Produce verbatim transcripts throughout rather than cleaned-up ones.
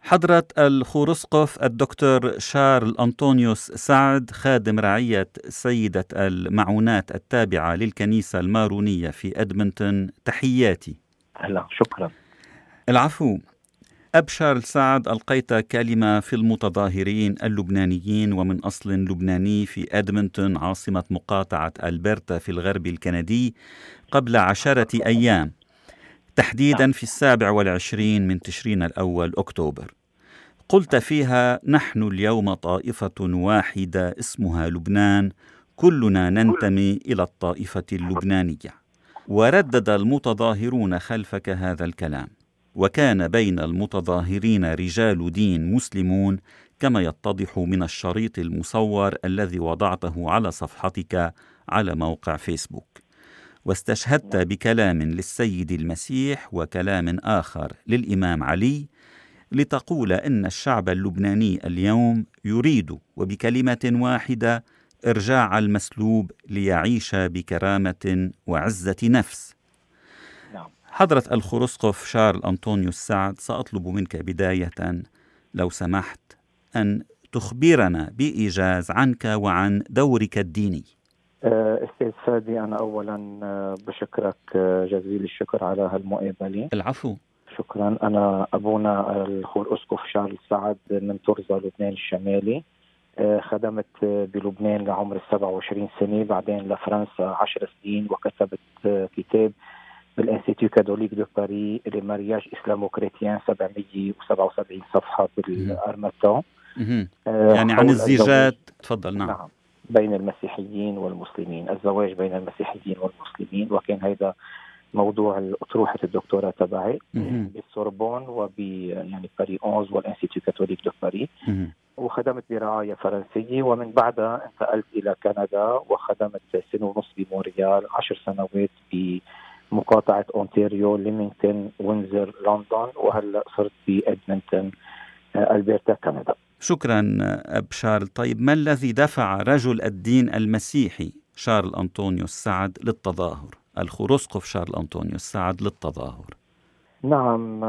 حضرة الخورسقف الدكتور شارل أنطونيوس سعد، خادم رعية سيدة المعونات التابعة للكنيسة المارونية في إدمنتون، تحياتي. أهلا، شكرا. العفو. أب شارل سعد، ألقيت كلمة في المتظاهرين اللبنانيين ومن أصل لبناني في إدمنتون عاصمة مقاطعة ألبرتا في الغرب الكندي قبل عشرة أيام، تحديدا في السابع والعشرين من تشرين الأول أكتوبر. قلت فيها: نحن اليوم طائفة واحدة اسمها لبنان، كلنا ننتمي إلى الطائفة اللبنانية. وردد المتظاهرون خلفك هذا الكلام، وكان بين المتظاهرين رجال دين مسلمون كما يتضح من الشريط المصور الذي وضعته على صفحتك على موقع فيسبوك. واستشهدت بكلام للسيد المسيح وكلام آخر للإمام علي لتقول إن الشعب اللبناني اليوم يريد وبكلمة واحدة إرجاع المسلوب ليعيش بكرامة وعزة نفس. حضرة الخورسقف شارل أنطونيوس سعد، سأطلب منك بداية لو سمحت أن تخبرنا بإيجاز عنك وعن دورك الديني. أستاذ فادي، أنا أولا بشكرك جزيل الشكر على هالمقابلة. العفو. شكرا. أنا أبونا الخورسقف شارل سعد من ترزا، لبنان الشمالي. خدمت بلبنان لعمر السبعة وعشرين سنة، بعدين لفرنسا عشر سنين، وكتبت كتاب بالانستيتو كاثوليك دو باريس لمارياج إسلامو كريتيان سبعمية وسبعة وسبعين صفحة بالأرمتون، يعني عن الزيجات. تفضل. نعم. نعم، بين المسيحيين والمسلمين، الزواج بين المسيحيين والمسلمين. وكان هذا موضوع أطروحة الدكتوراه تبعي بالسوربون وب يعني باريس أونز والانستيتو كاثوليك دو باريس. وخدمت برعاية فرنسية، ومن بعدها انتقلت إلى كندا وخدمت سنة ونص بمونريال، عشر سنوات بمقاطعة أونتاريو، ليمينغتون، وينزر، لندن، وهلأ صرت بإدمنتون ألبرتا، كندا. شكرا أب شارل. طيب، ما الذي دفع رجل الدين المسيحي شارل أنطونيوس سعد للتظاهر؟ الخورسقف شارل أنطونيوس سعد للتظاهر. نعم،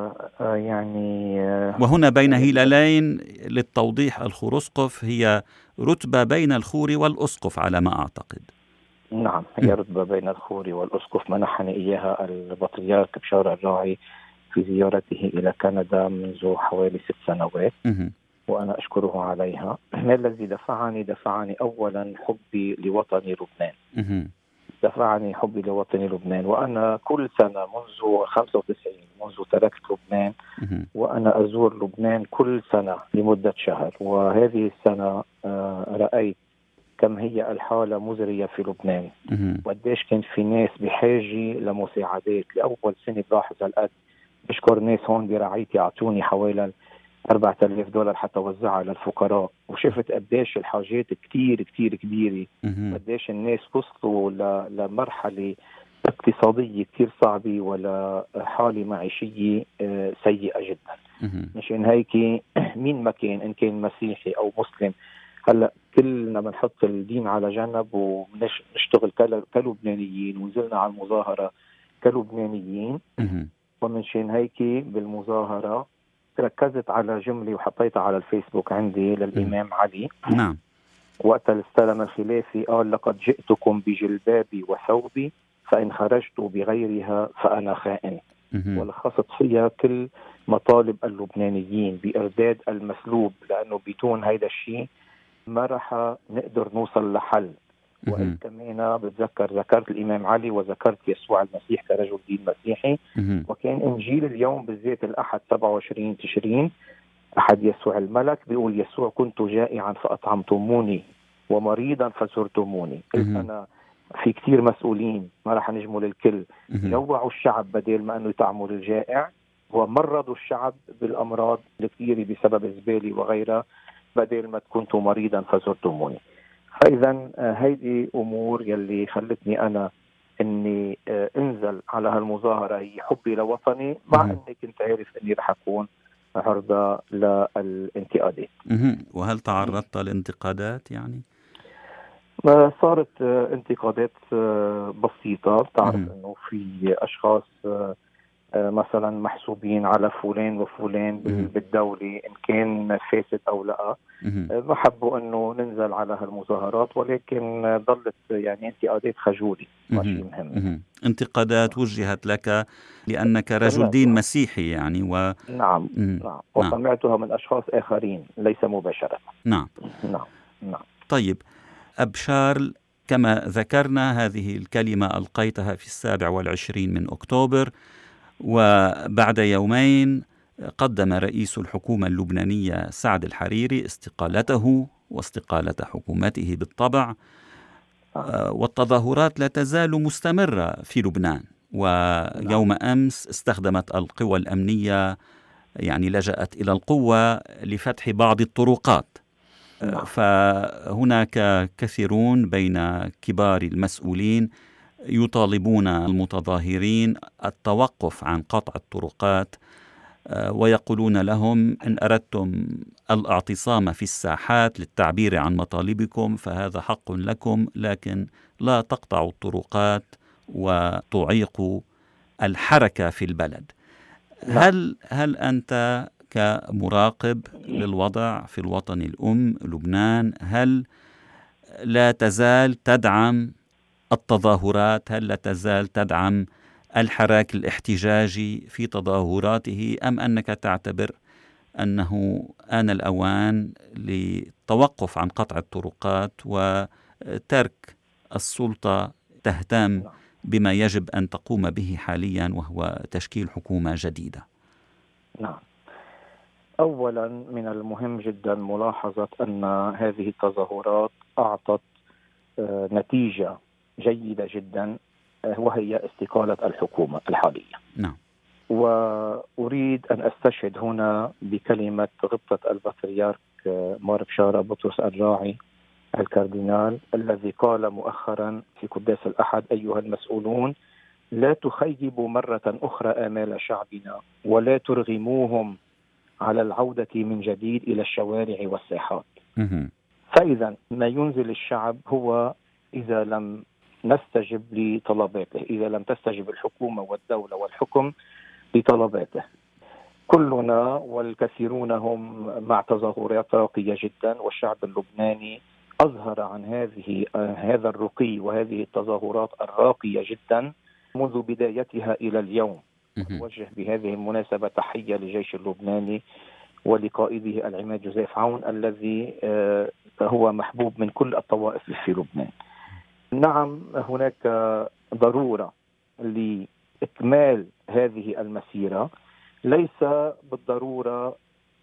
يعني وهنا بين هلالين للتوضيح، الخورسقف هي رتبة بين الخوري والأسقف على ما أعتقد. نعم، هي رتبة بين الخوري والأسقف، منحني إياها البطريرك بشار الراعي في زيارته إلى كندا منذ حوالي ست سنوات، وأنا أشكره عليها. ما الذي دفعني؟ دفعني أولا حبي لوطني لبنان. دفعني حبي لوطني لبنان، وأنا كل سنة منذ خمسة وتسعين، منذ تركت لبنان وأنا أزور لبنان كل سنة لمدة شهر. وهذه السنة رأيت كم هي الحالة مزرية في لبنان، وقديش كان في ناس بحاجة لمساعدات. لأول سنة بلاحظ هالقد. بشكر ناس هون برعايتي أعطوني حوالي أربعة آلاف دولار حتى وزعها للفقراء، وشفت قديش الحاجات كتير كتير كبيرة، قديش الناس وصلوا لمرحلة اقتصادية كتير صعبة ولا حالة معيشية سيئة جدا. مشان هيك مين ما كان، إن كان مسيحي أو مسلم، هلأ كلنا بنحط الدين على جنب ونشتغل كلبنانيين، ونزلنا على المظاهرة كلبنانيين. ومن شان هيك بالمظاهرة ركزت على جملة وحطيتها على الفيسبوك عندي للإمام علي. نعم. وقت الاستلم الخلافي قال: لقد جئتكم بجلبابي وثوبي، فإن خرجت بغيرها فأنا خائن. ولخصت فيها كل مطالب اللبنانيين بإرداد المسلوب، لأنه بدون هيدا الشيء ما رح نقدر نوصل لحل. وقلت كمان بتذكر ذكرت الإمام علي وذكرت يسوع المسيح كرجل دين مسيحي. وكان إنجيل اليوم بالذات الأحد سبعة وعشرين تشرين، أحد يسوع الملك، بيقول: يسوع كنت جائعا فأطعمتموني ومريضا فزرتموني. قلت أنا في كتير مسؤولين، ما رح نجمل الكل، جوعوا الشعب بدل ما أنه يطعموا الجائع، ومرضوا الشعب بالأمراض الكثيرة بسبب الزبالة وغيرها بدل ما كنت مريضا فزرتموني. فإذا هيدي أمور يلي خلتني أنا إني انزل على هالمظاهرة، هي حبي لوطني، مع إني كنت عارف إني رح أكون عرضة للانتقادات. وهل تعرضت للانتقادات؟ يعني صارت انتقادات بسيطة. بتعرف إنه في أشخاص مثلا محسوبين على فلان وفلان بالدولة إن كان فاسد أو لا. ما حبوا أنه ننزل على هالمظاهرات، ولكن ظلت يعني انتقادات خجولة، ما شيء مهم. انتقادات وجهت لك لأنك رجل دين مسيحي يعني و... نعم نعم وسمعتها من أشخاص آخرين ليس مباشرة. نعم نعم نعم. طيب أبشار، كما ذكرنا هذه الكلمة ألقيتها في السابع والعشرين من أكتوبر، وبعد يومين قدم رئيس الحكومة اللبنانية سعد الحريري استقالته واستقالة حكومته بالطبع. والتظاهرات لا تزال مستمرة في لبنان، ويوم أمس استخدمت القوى الأمنية يعني لجأت إلى القوة لفتح بعض الطرقات. فهناك كثيرون بين كبار المسؤولين يطالبون المتظاهرين التوقف عن قطع الطرقات، ويقولون لهم إن أردتم الاعتصام في الساحات للتعبير عن مطالبكم فهذا حق لكم، لكن لا تقطعوا الطرقات وتعيقوا الحركة في البلد. هل هل أنت كمراقب للوضع في الوطن الأم لبنان، هل لا تزال تدعم التظاهرات؟ هل لا تزال تدعم الحراك الاحتجاجي في تظاهراته، أم أنك تعتبر أنه آن الأوان للتوقف عن قطع الطرقات وترك السلطة تهتم بما يجب أن تقوم به حاليا وهو تشكيل حكومة جديدة؟ نعم. أولا من المهم جدا ملاحظة أن هذه التظاهرات أعطت نتيجة جيدة جدا، وهي استقالة الحكومة الحالية. نعم. وأريد أن أستشهد هنا بكلمة غبطة البطريرك مار بشارة بطرس الراعي الكاردينال، الذي قال مؤخرا في قداس الأحد: أيها المسؤولون، لا تخيبوا مرة أخرى آمال شعبنا ولا ترغموهم على العودة من جديد إلى الشوارع والساحات. فإذا ما ينزل الشعب هو إذا لم نستجب لطلباته، إذا لم تستجب الحكومة والدولة والحكم لطلباته. كلنا والكثيرون هم مع تظاهرات راقية جدا، والشعب اللبناني أظهر عن هذه هذا الرقي وهذه التظاهرات الراقية جدا منذ بدايتها إلى اليوم. أوجه بهذه المناسبة تحية للجيش اللبناني ولقائده العماد جوزيف عون الذي هو محبوب من كل الطوائف في لبنان. نعم، هناك ضرورة لإكمال هذه المسيرة، ليس بالضرورة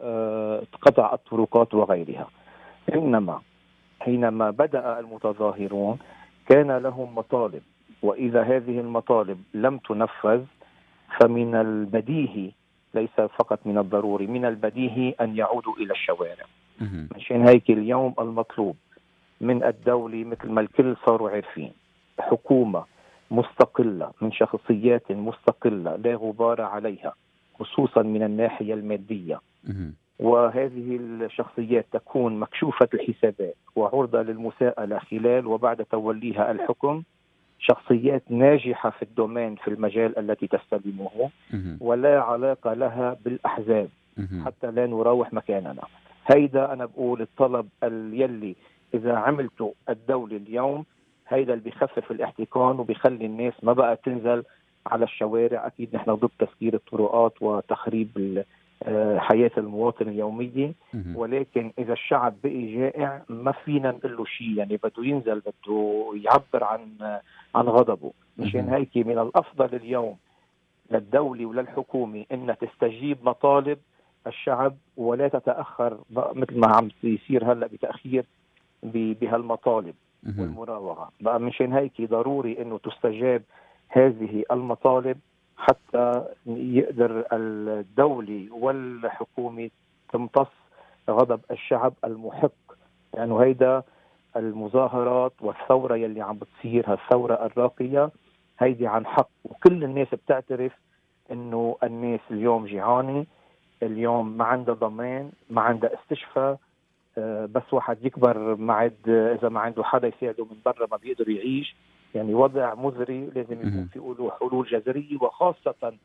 قطع الطرقات وغيرها، إنما حينما بدأ المتظاهرون كان لهم مطالب، وإذا هذه المطالب لم تنفذ فمن البديهي، ليس فقط من الضروري، من البديهي أن يعودوا إلى الشوارع. مشان هيك اليوم المطلوب من الدولة، مثل ما الكل صاروا عارفين، حكومة مستقلة من شخصيات مستقلة لا غبار عليها، خصوصا من الناحية المادية، وهذه الشخصيات تكون مكشوفة الحسابات وعرضة للمساءلة خلال وبعد توليها الحكم، شخصيات ناجحة في الدومين في المجال التي تستلمه، ولا علاقة لها بالأحزاب حتى لا نراوح مكاننا. هيدا أنا بقول الطلب يلي إذا عملته الدولة اليوم، هيدا اللي بيخفف الاحتكان وبيخلي الناس ما بقى تنزل على الشوارع. أكيد نحن ضد تسكير الطرقات وتخريب حياة المواطن اليومية، ولكن إذا الشعب بقي جائع ما فينا نقول له شيء، يعني بده ينزل، بده يعبر عن عن غضبه. مشان هيك من الأفضل اليوم للدولة وللحكومة إنها تستجيب مطالب الشعب ولا تتأخر مثل ما عم يصير هلأ بتأخير بهالمطالب والمراوغة. بقى مشان هيك ضروري إنه تستجاب هذه المطالب حتى يقدر الدولة والحكومة تمتص غضب الشعب المحق، لأنه يعني هيدا المظاهرات والثورة يلي عم بتصير، هالثورة الراقية هيدي عن حق، وكل الناس بتعترف إنه الناس اليوم جيعانة، اليوم ما عندها ضمان، ما عندها استشفاء، بس واحد يكبر ما عاد، إذا ما عنده حدا يساعده من برا ما بيقدر يعيش. يعني وضع مزري، لازم يكون في حلول جذرية، وخاصة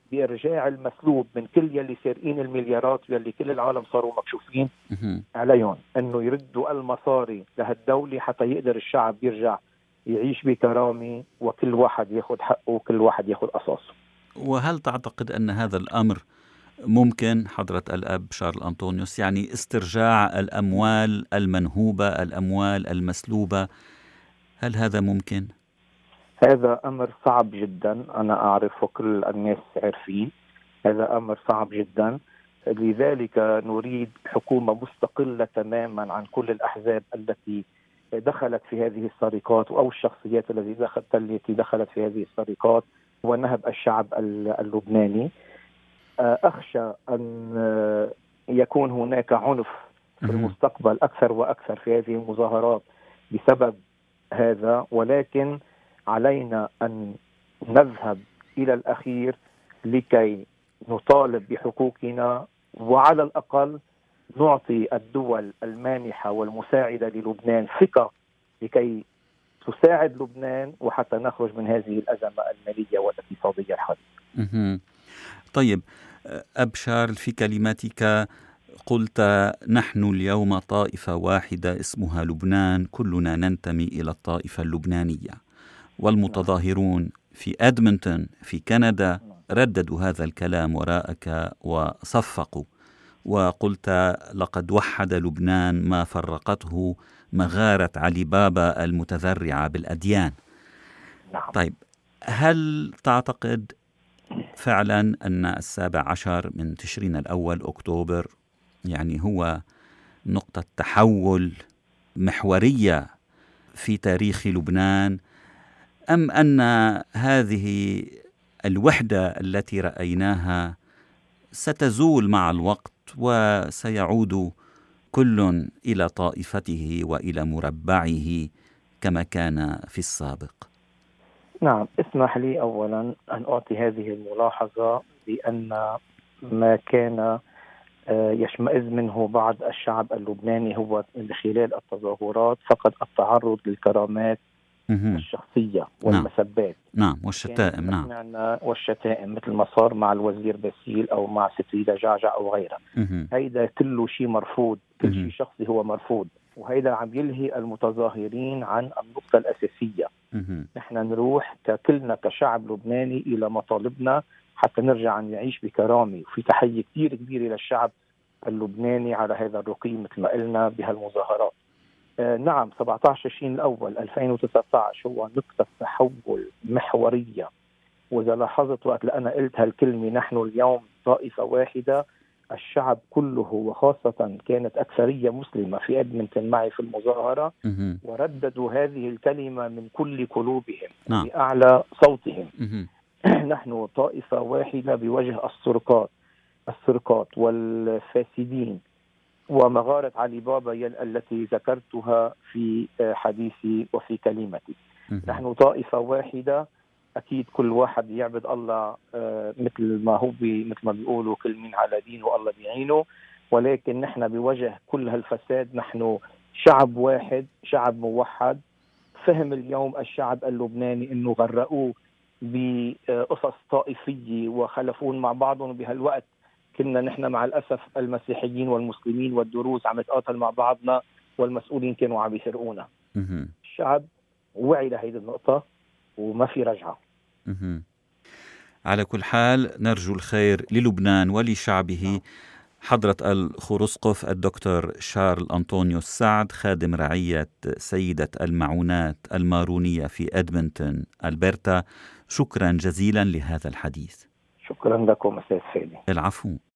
بإرجاع المسلوب من كل يلي سارقين المليارات يلي كل العالم صاروا مكشوفين عليهم أنه يردوا المصاري لهالدولة حتى يقدر الشعب يرجع يعيش بكرامة وكل واحد ياخد حقه وكل واحد ياخد أساسه. وهل تعتقد أن هذا الأمر ممكن حضرة الأب شارل أنطونيوس، يعني استرجاع الأموال المنهوبة، الأموال المسلوبة، هل هذا ممكن؟ هذا أمر صعب جدا، أنا أعرف وكل الناس عارفين هذا أمر صعب جدا. لذلك نريد حكومة مستقلة تماما عن كل الأحزاب التي دخلت في هذه السرقات أو الشخصيات التي دخلت التي دخلت في هذه السرقات ونهب الشعب اللبناني. أخشى أن يكون هناك عنف في المستقبل أكثر وأكثر في هذه المظاهرات بسبب هذا، ولكن علينا أن نذهب إلى الأخير لكي نطالب بحقوقنا، وعلى الأقل نعطي الدول المانحة والمساعدة للبنان ثقة لكي تساعد لبنان وحتى نخرج من هذه الأزمة المالية والاقتصادية الحالية. طيب أب شارل، في كلماتك قلت: نحن اليوم طائفة واحدة اسمها لبنان، كلنا ننتمي إلى الطائفة اللبنانية. والمتظاهرون في أدمنتون في كندا رددوا هذا الكلام وراءك وصفقوا، وقلت: لقد وحد لبنان ما فرقته مغارة علي بابا المتذرعة بالأديان. طيب، هل تعتقد فعلا أن السابع عشر من تشرين الأول أكتوبر يعني هو نقطة تحول محورية في تاريخ لبنان، أم أن هذه الوحدة التي رأيناها ستزول مع الوقت وسيعود كل إلى طائفته وإلى مربعه كما كان في السابق؟ نعم، اسمح لي أولا أن أعطي هذه الملاحظة بأن ما كان يشمئز منه بعض الشعب اللبناني هو من خلال التظاهرات فقط التعرض للكرامات الشخصية والمسبات. نعم، والشتائم. نعم، والشتائم مثل ما صار مع الوزير باسيل أو مع ستريدا جعجع أو غيرها. هيدا كله شيء مرفوض، كل شيء شخصي هو مرفوض، وهيدا عم يلهي المتظاهرين عن النقطة الأساسية. نحن نروح ككلنا كشعب لبناني إلى مطالبنا حتى نرجع نعيش بكرامة. وفي تحية كتير كبيرة للشعب اللبناني على هذا الرقي مثل ما قلنا بهالمظاهرات. آه نعم، سبعة عشر تشرين الأول ألفين وتسعة عشر هو نقطة تحول محورية. وإذا لاحظت وقت أنا قلت هالكلمة نحن اليوم طائفة واحدة، الشعب كله وخاصة كانت أكثرية مسلمة في أدمنتون معي في المظاهرة ورددوا هذه الكلمة من كل قلوبهم بأعلى صوتهم. نحن طائفة واحدة بوجه السرقات السرقات والفاسدين ومغارة علي بابا التي ذكرتها في حديثي وفي كلمتي. نحن طائفة واحدة، أكيد كل واحد يعبد الله مثل ما هو مثل ما بيقولوا كل من على دينه والله بيعينه، ولكن نحن بوجه كل هالفساد نحن شعب واحد، شعب موحد. فهم اليوم الشعب اللبناني إنه غرقوه بقصص طائفية وخلفون مع بعضهم، بهالوقت كنا نحن مع الأسف المسيحيين والمسلمين والدروز عم نتقاتل مع بعضنا والمسؤولين كانوا عم يسرقونا. الشعب وعي لهيدي النقطة وما في رجعة. على كل حال نرجو الخير للبنان ولشعبه. حضرة الخرسقف الدكتور شارل أنطونيوس سعد، خادم رعية سيدة المعونات المارونية في أدمنتون ألبرتا، شكرا جزيلا لهذا الحديث. شكرا لكم أستاذ خالد. العفو.